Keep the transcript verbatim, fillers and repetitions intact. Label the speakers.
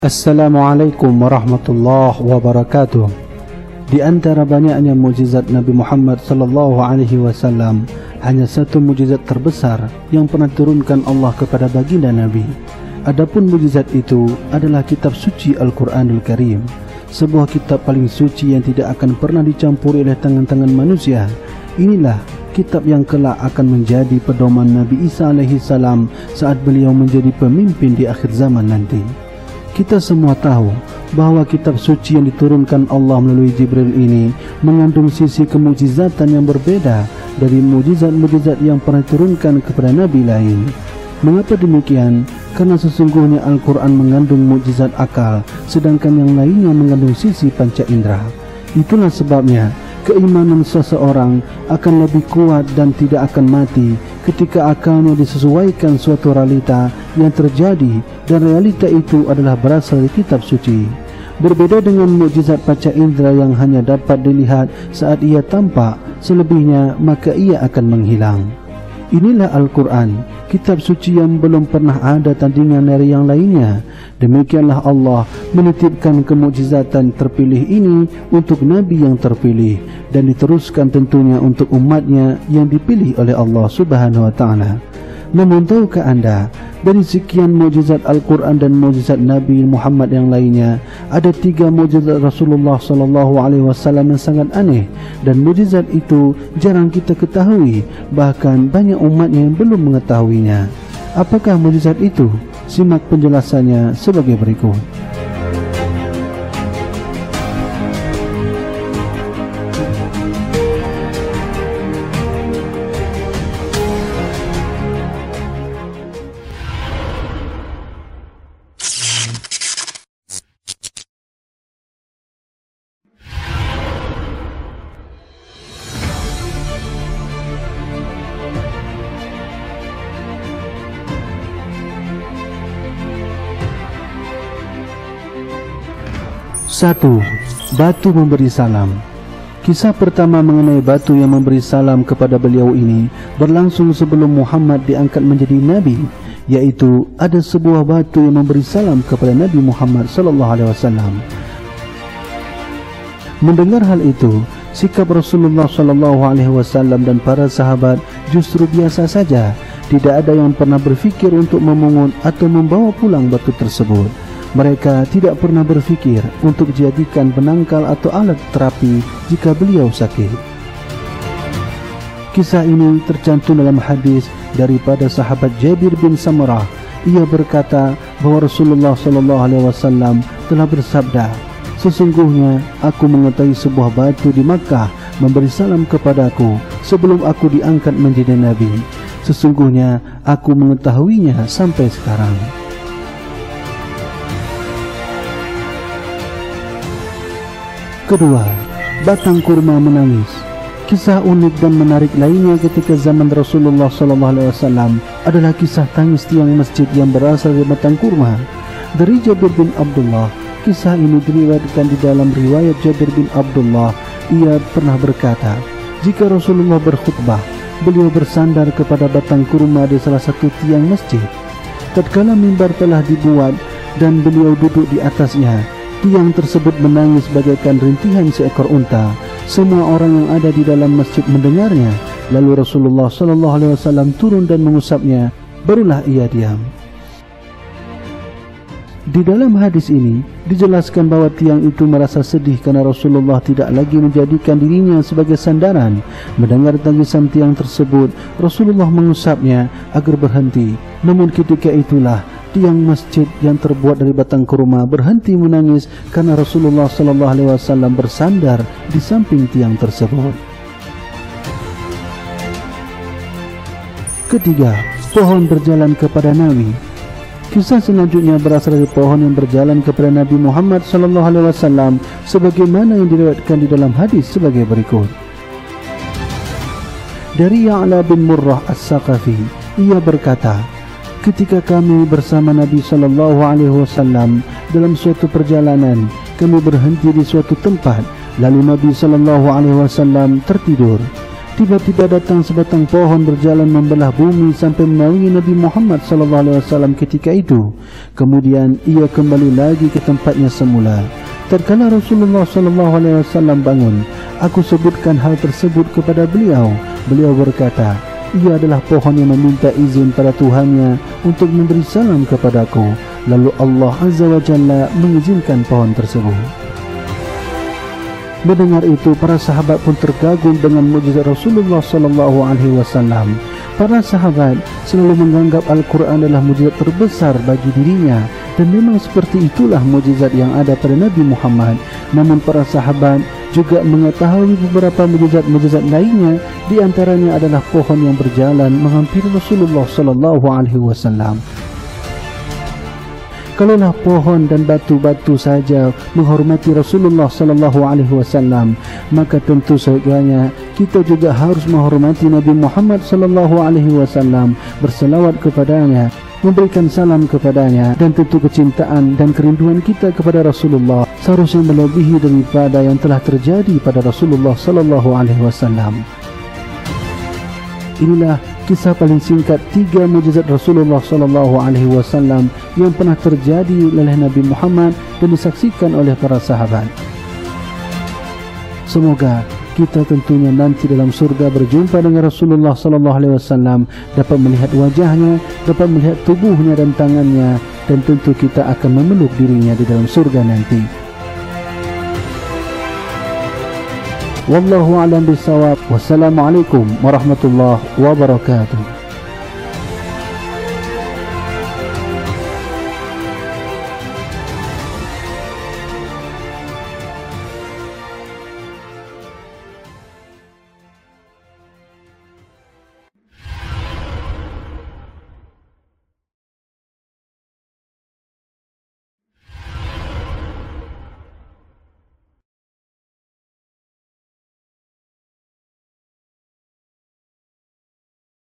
Speaker 1: Assalamualaikum warahmatullahi wabarakatuh. Di antara banyaknya mukjizat Nabi Muhammad sallallahu alaihi wasallam, hanya satu mukjizat terbesar yang pernah turunkan Allah kepada baginda Nabi. Adapun mukjizat itu adalah kitab suci Al-Qur'anul Karim, sebuah kitab paling suci yang tidak akan pernah dicampuri oleh tangan-tangan manusia. Inilah kitab yang kelak akan menjadi pedoman Nabi Isa alaihi salam saat beliau menjadi pemimpin di akhir zaman nanti. Kita semua tahu bahawa kitab suci yang diturunkan Allah melalui Jibril ini mengandung sisi kemukjizatan yang berbeda dari mukjizat-mukjizat yang pernah diturunkan kepada Nabi lain. Mengapa demikian? Karena sesungguhnya Al-Quran mengandung mukjizat akal, sedangkan yang lainnya mengandung sisi panca indera. Itulah sebabnya keimanan seseorang akan lebih kuat dan tidak akan mati ketika akalnya disesuaikan suatu realita yang terjadi, dan realita itu adalah berasal dari kitab suci. Berbeda dengan mukjizat panca indera yang hanya dapat dilihat saat ia tampak, selebihnya maka ia akan menghilang. Inilah Al-Quran, kitab suci yang belum pernah ada tandingan dari yang lainnya. Demikianlah Allah menitipkan kemukjizatan terpilih ini untuk Nabi yang terpilih, dan diteruskan tentunya untuk umatnya yang dipilih oleh Allah subhanahu wa ta'ala. Namun tahukah anda, dari sekian mukjizat Al-Quran dan mukjizat Nabi Muhammad yang lainnya, ada tiga mukjizat Rasulullah sallallahu alaihi wasallam yang sangat aneh, dan mukjizat itu jarang kita ketahui, bahkan banyak umatnya yang belum mengetahuinya. Apakah mukjizat itu? Simak penjelasannya sebagai berikut. Satu. Batu memberi salam. Kisah pertama mengenai batu yang memberi salam kepada beliau ini berlangsung sebelum Muhammad diangkat menjadi Nabi, yaitu ada sebuah batu yang memberi salam kepada Nabi Muhammad sallallahu alaihi wasallam. Mendengar hal itu, sikap Rasulullah sallallahu alaihi wasallam dan para sahabat justru biasa saja. Tidak ada yang pernah berfikir untuk memungut atau membawa pulang batu tersebut. Mereka tidak pernah berfikir untuk dijadikan penangkal atau alat terapi jika beliau sakit. Kisah ini tercantum dalam hadis daripada sahabat Jabir bin Samurah. Ia berkata bahawa Rasulullah sallallahu alaihi wasallam telah bersabda, "Sesungguhnya aku mengetahui sebuah batu di Makkah memberi salam kepadaku sebelum aku diangkat menjadi Nabi. Sesungguhnya aku mengetahuinya sampai sekarang." Kedua, batang kurma menangis. Kisah unik dan menarik lainnya ketika zaman Rasulullah sallallahu alaihi wasallam adalah kisah tangis tiang masjid yang berasal dari batang kurma. Dari Jabir bin Abdullah, kisah ini diriwayatkan di dalam riwayat Jabir bin Abdullah. Ia pernah berkata, jika Rasulullah berkhutbah, beliau bersandar kepada batang kurma di salah satu tiang masjid. Tatkala mimbar telah dibuat dan beliau duduk di atasnya, tiang tersebut menangis bagaikan rintihan seekor unta. Semua orang yang ada di dalam masjid mendengarnya. Lalu Rasulullah sallallahu alaihi wasallam turun dan mengusapnya, barulah ia diam. Di dalam hadis ini dijelaskan bahawa tiang itu merasa sedih karena Rasulullah tidak lagi menjadikan dirinya sebagai sandaran. Mendengar tangisan tiang tersebut, Rasulullah mengusapnya agar berhenti. Namun ketika itulah tiang masjid yang terbuat dari batang kurma berhenti menangis karena Rasulullah sallallahu alaihi wasallam bersandar di samping tiang tersebut. Ketiga, pohon berjalan kepada Nabi. Kisah selanjutnya berasal dari pohon yang berjalan kepada Nabi Muhammad sallallahu alaihi wasallam sebagaimana yang diriwayatkan di dalam hadis sebagai berikut. Dari Ya'la bin Murrah As-Saqafi, ia berkata, ketika kami bersama Nabi sallallahu alaihi wasallam dalam suatu perjalanan, kami berhenti di suatu tempat, lalu Nabi sallallahu alaihi wasallam tertidur. tiba-tiba datang sebatang pohon berjalan membelah bumi sampai menaungi Nabi Muhammad sallallahu alaihi wasallam ketika itu. Kemudian ia kembali lagi ke tempatnya semula. Tatkala Rasulullah sallallahu alaihi wasallam bangun, aku sebutkan hal tersebut kepada beliau. Beliau berkata, ia adalah pohon yang meminta izin pada Tuhannya untuk memberi salam kepadaku. Lalu Allah Azza wa Jalla mengizinkan pohon tersebut. Mendengar itu, para sahabat pun terkagum dengan mukjizat Rasulullah sallallahu alaihi wasallam. Para sahabat selalu menganggap Al-Quran adalah mukjizat terbesar bagi dirinya, dan memang seperti itulah mukjizat yang ada pada Nabi Muhammad. Namun para sahabat juga mengetahui beberapa mukjizat-mukjizat lainnya, di antaranya adalah pohon yang berjalan menghampiri Rasulullah sallallahu alaihi wasallam. Kalaulah pohon dan batu-batu saja menghormati Rasulullah sallallahu alaihi wasallam, maka tentu saja kita juga harus menghormati Nabi Muhammad sallallahu alaihi wasallam, berselawat kepadanya, memberikan salam kepadanya, dan tentu kecintaan dan kerinduan kita kepada Rasulullah seharusnya melebihi daripada yang telah terjadi pada Rasulullah sallallahu alaihi wasallam. Inilah kisah paling singkat tiga mukjizat Rasulullah sallallahu alaihi wasallam yang pernah terjadi oleh Nabi Muhammad dan disaksikan oleh para sahabat. Semoga kita tentunya nanti dalam surga berjumpa dengan Rasulullah sallallahu alaihi wasallam, dapat melihat wajahnya, dapat melihat tubuhnya dan tangannya, dan tentu kita akan memeluk dirinya di dalam surga nanti. Wallahu a'lam bishawab. Wassalamualaikum warahmatullahi wabarakatuh.